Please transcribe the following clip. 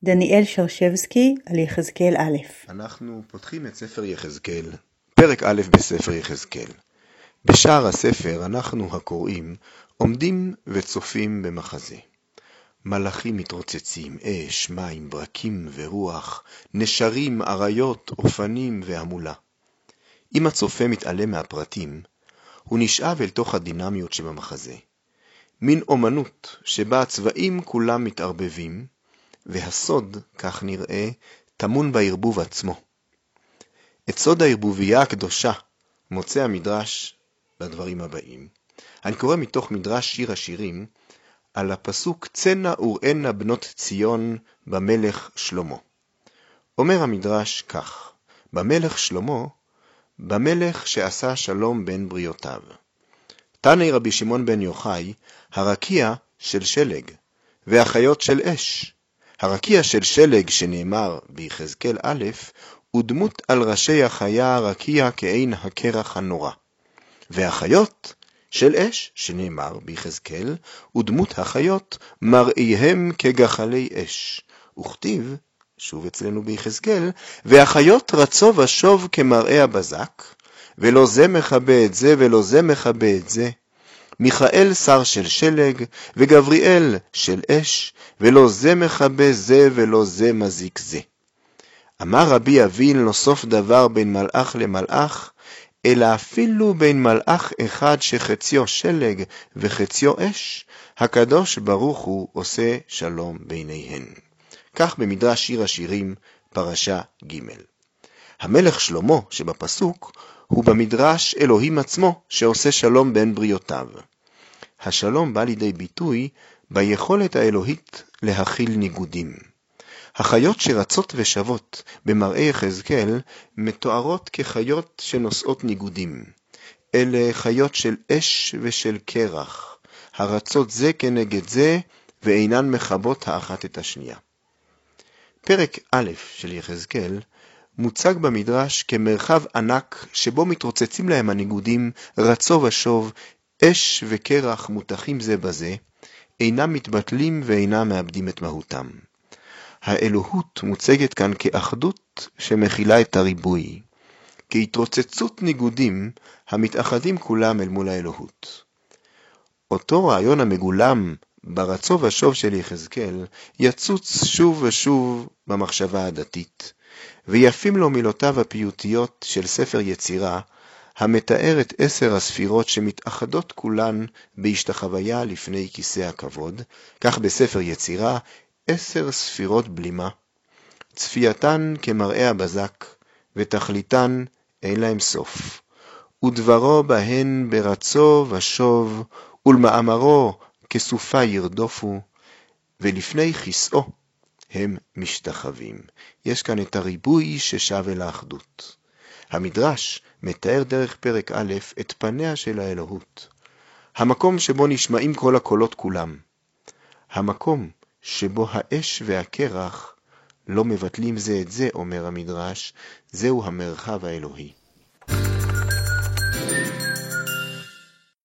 דניאל שרשבסקי על יחזקאל א'. אנחנו פותחים את ספר יחזקאל, פרק א' בספר יחזקאל. בשער הספר אנחנו הקוראים עומדים וצופים במחזה. מלאכים מתרוצצים, אש, מים, ברקים ורוח, נשרים, אריות, אופנים והמולה. אם הצופה מתעלם מהפרטים, הוא נשאב אל תוך הדינמיות שבמחזה. מין אומנות שבה הצבעים כולם מתערבבים, והסוד, כך נראה, טמון בערבוב עצמו. את סוד הערבוביה הקדושה מוצא המדרש בדברים הבאים. אני קורא מתוך מדרש שיר השירים על הפסוק צאנה וראנה בנות ציון במלך שלמה. אומר המדרש כך: במלך שלמה, במלך שעשה שלום בין בריותיו. תנא רבי שמעון בן יוחאי, הרקיע של שלג והחיות של אש. הרקיע של שלג שנאמר ביחזקאל א' הוא דמות על ראשי החיה הרקיע כעין הקרח הנורא. והחיות של אש שנאמר ביחזקאל הוא דמות החיות מראיהם כגחלי אש. וכתיב, שוב אצלנו ביחזקאל, והחיות רצו ושוב כמראה הבזק, ולא זה מכבה את זה ולא זה מכבה את זה. מיכאל שר של שלג וגבריאל של אש, ולא זה מכבה זה ולא זה מזיק זה. אמר רבי אבין לא סוף דבר בין מלאך למלאך, אלא אפילו בין מלאך אחד שחציו שלג וחציו אש, הקדוש ברוך הוא עושה שלום ביניהן. כך במדרש שיר השירים פרשה ג'. המלך שלמה שבפסוק הוא במדרש אלוהים עצמו שעושה שלום בין בריותיו. השלום בא לידי ביטוי ביכולת האלוהית להכיל ניגודים. החיות שרצות ושוות במראה יחזקאל מתוארות כחיות שנושאות ניגודים. אלה חיות של אש ושל קרח, הרצות זה כנגד זה ואינן מכבות האחת את השנייה. פרק א' של יחזקאל מוצג במדרש כמרחב ענק שבו מתרוצצים להם הניגודים רצו ושוב, אש וקרח מותחים זה בזה, אינם מתבטלים ואינם מאבדים את מהותם. האלוהות מוצגת כאן כאחדות שמכילה את הריבוי, כהתרוצצות ניגודים המתאחדים כולם אל מול האלוהות. אותו רעיון המגולם ברצו ושוב של יחזקאל יצוץ שוב ושוב במחשבה הדתית, ויפים לו מילותיו הפיוטיות של ספר יצירה, המתאר את 10 הספירות שמתאחדות כולן בהשתחוויה לפני כיסא הכבוד, כך בספר יצירה 10 ספירות בלימה, צפייתן כמראה הבזק, ותכליתן אין להם סוף. ודברו בהן ברצו ושוב, ולמאמרו כסופה ירדופו, ולפני כיסאו הם משתחווים. יש כאן את הריבוי ששב אל האחדות. המדרש מתאר דרך פרק א' את פניה של האלוהות. המקום שבו נשמעים כל הקולות כולם. המקום שבו האש והקרח לא מבטלים זה את זה, אומר המדרש, זהו המרחב האלוהי.